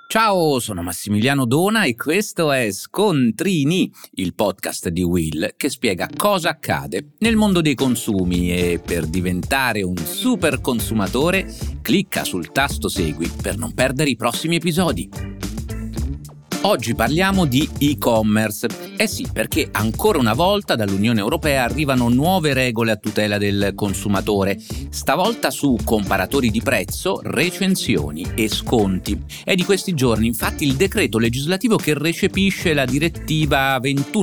Ciao, sono Massimiliano Dona e questo è Scontrini, il podcast di Will che spiega cosa accade nel mondo dei consumi e per diventare un super consumatore clicca sul tasto segui per non perdere i prossimi episodi. Oggi parliamo di e-commerce. Eh sì, perché ancora una volta dall'Unione Europea arrivano nuove regole a tutela del consumatore, stavolta su comparatori di prezzo, recensioni e sconti. È di questi giorni infatti il decreto legislativo che recepisce la direttiva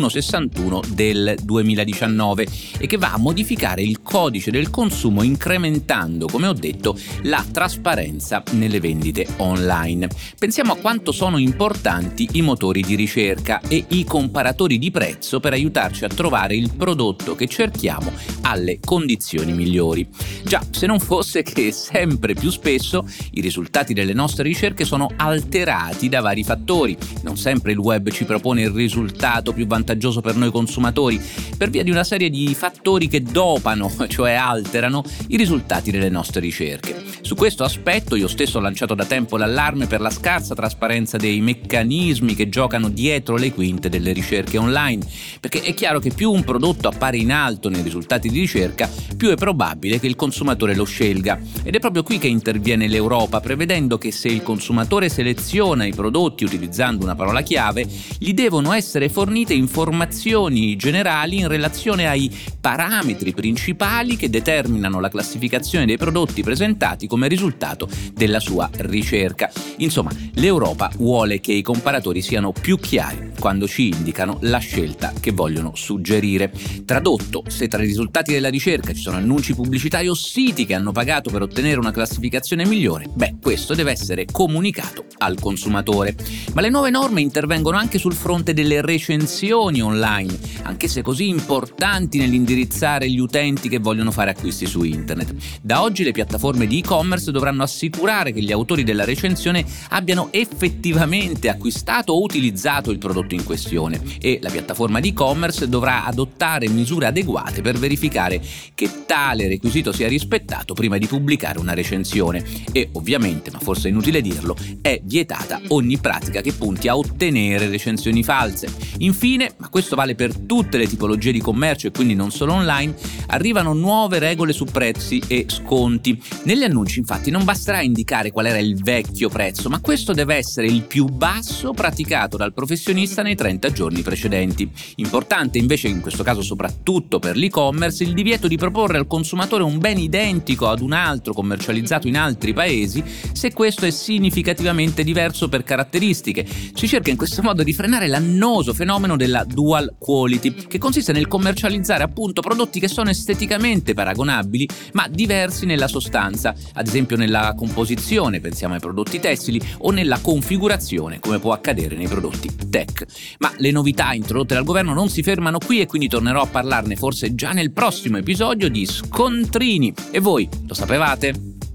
2161 del 2019 e che va a modificare il codice del consumo incrementando, come ho detto, la trasparenza nelle vendite online. Pensiamo a quanto sono importanti i motori di ricerca e i comparatori di prezzo per aiutarci a trovare il prodotto che cerchiamo alle condizioni migliori. Già, se non fosse che sempre più spesso i risultati delle nostre ricerche sono alterati da vari fattori. Non sempre il web ci propone il risultato più vantaggioso per noi consumatori, per via di una serie di fattori che dopano, cioè alterano, i risultati delle nostre ricerche. Su questo aspetto io stesso ho lanciato da tempo l'allarme per la scarsa trasparenza dei meccanismi che giocano dietro le quinte delle ricerche online, perché è chiaro che più un prodotto appare in alto nei risultati di ricerca, più è probabile che il consumatore lo scelga. Ed è proprio qui che interviene l'Europa, prevedendo che se il consumatore seleziona i prodotti utilizzando una parola chiave, gli devono essere fornite informazioni generali in relazione ai parametri principali che determinano la classificazione dei prodotti presentati come risultato della sua ricerca. Insomma, l'Europa vuole che i comparatori siano più chiari quando ci indicano la scelta che vogliono suggerire. Tradotto, se tra i risultati della ricerca ci sono annunci pubblicitari o siti che hanno pagato per ottenere una classificazione migliore, questo deve essere comunicato al consumatore. Ma le nuove norme intervengono anche sul fronte delle recensioni online, anche se così importanti nell'indirizzare gli utenti che vogliono fare acquisti su internet. Da oggi le piattaforme di e-commerce dovranno assicurare che gli autori della recensione abbiano effettivamente acquistato o utilizzato il prodotto in questione e la piattaforma di e-commerce dovrà adottare misure adeguate per verificare che tale requisito sia rispettato prima di pubblicare una recensione e ovviamente, ma forse è inutile dirlo, è vietata ogni pratica che punti a ottenere recensioni false. Infine, ma questo vale per tutte le tipologie di commercio e quindi non solo online, arrivano nuove regole su prezzi e sconti. Negli annunci infatti non basterà indicare qual era il vecchio prezzo, ma questo deve essere il più basso praticato dal professionista nei 30 giorni precedenti. Importante invece, in questo caso soprattutto per l'e-commerce, il divieto di proporre al consumatore un bene identico ad un altro commercializzato in altri paesi se questo è significativamente diverso per caratteristiche. Si cerca in questo modo di frenare l'annoso fenomeno della dual quality, che consiste nel commercializzare appunto prodotti che sono esteticamente paragonabili ma diversi nella sostanza, ad esempio nella composizione, pensiamo ai prodotti tessili, o nella configurazione, come può accadere nei prodotti tech. Ma le novità introdotte dal governo non si fermano qui e quindi tornerò a parlarne forse già nel prossimo episodio di Scontrini. E voi lo sapevate?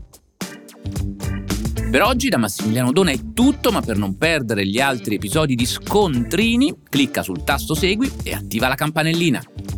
Per oggi da Massimiliano Dona è tutto, ma per non perdere gli altri episodi di Scontrini, clicca sul tasto segui e attiva la campanellina.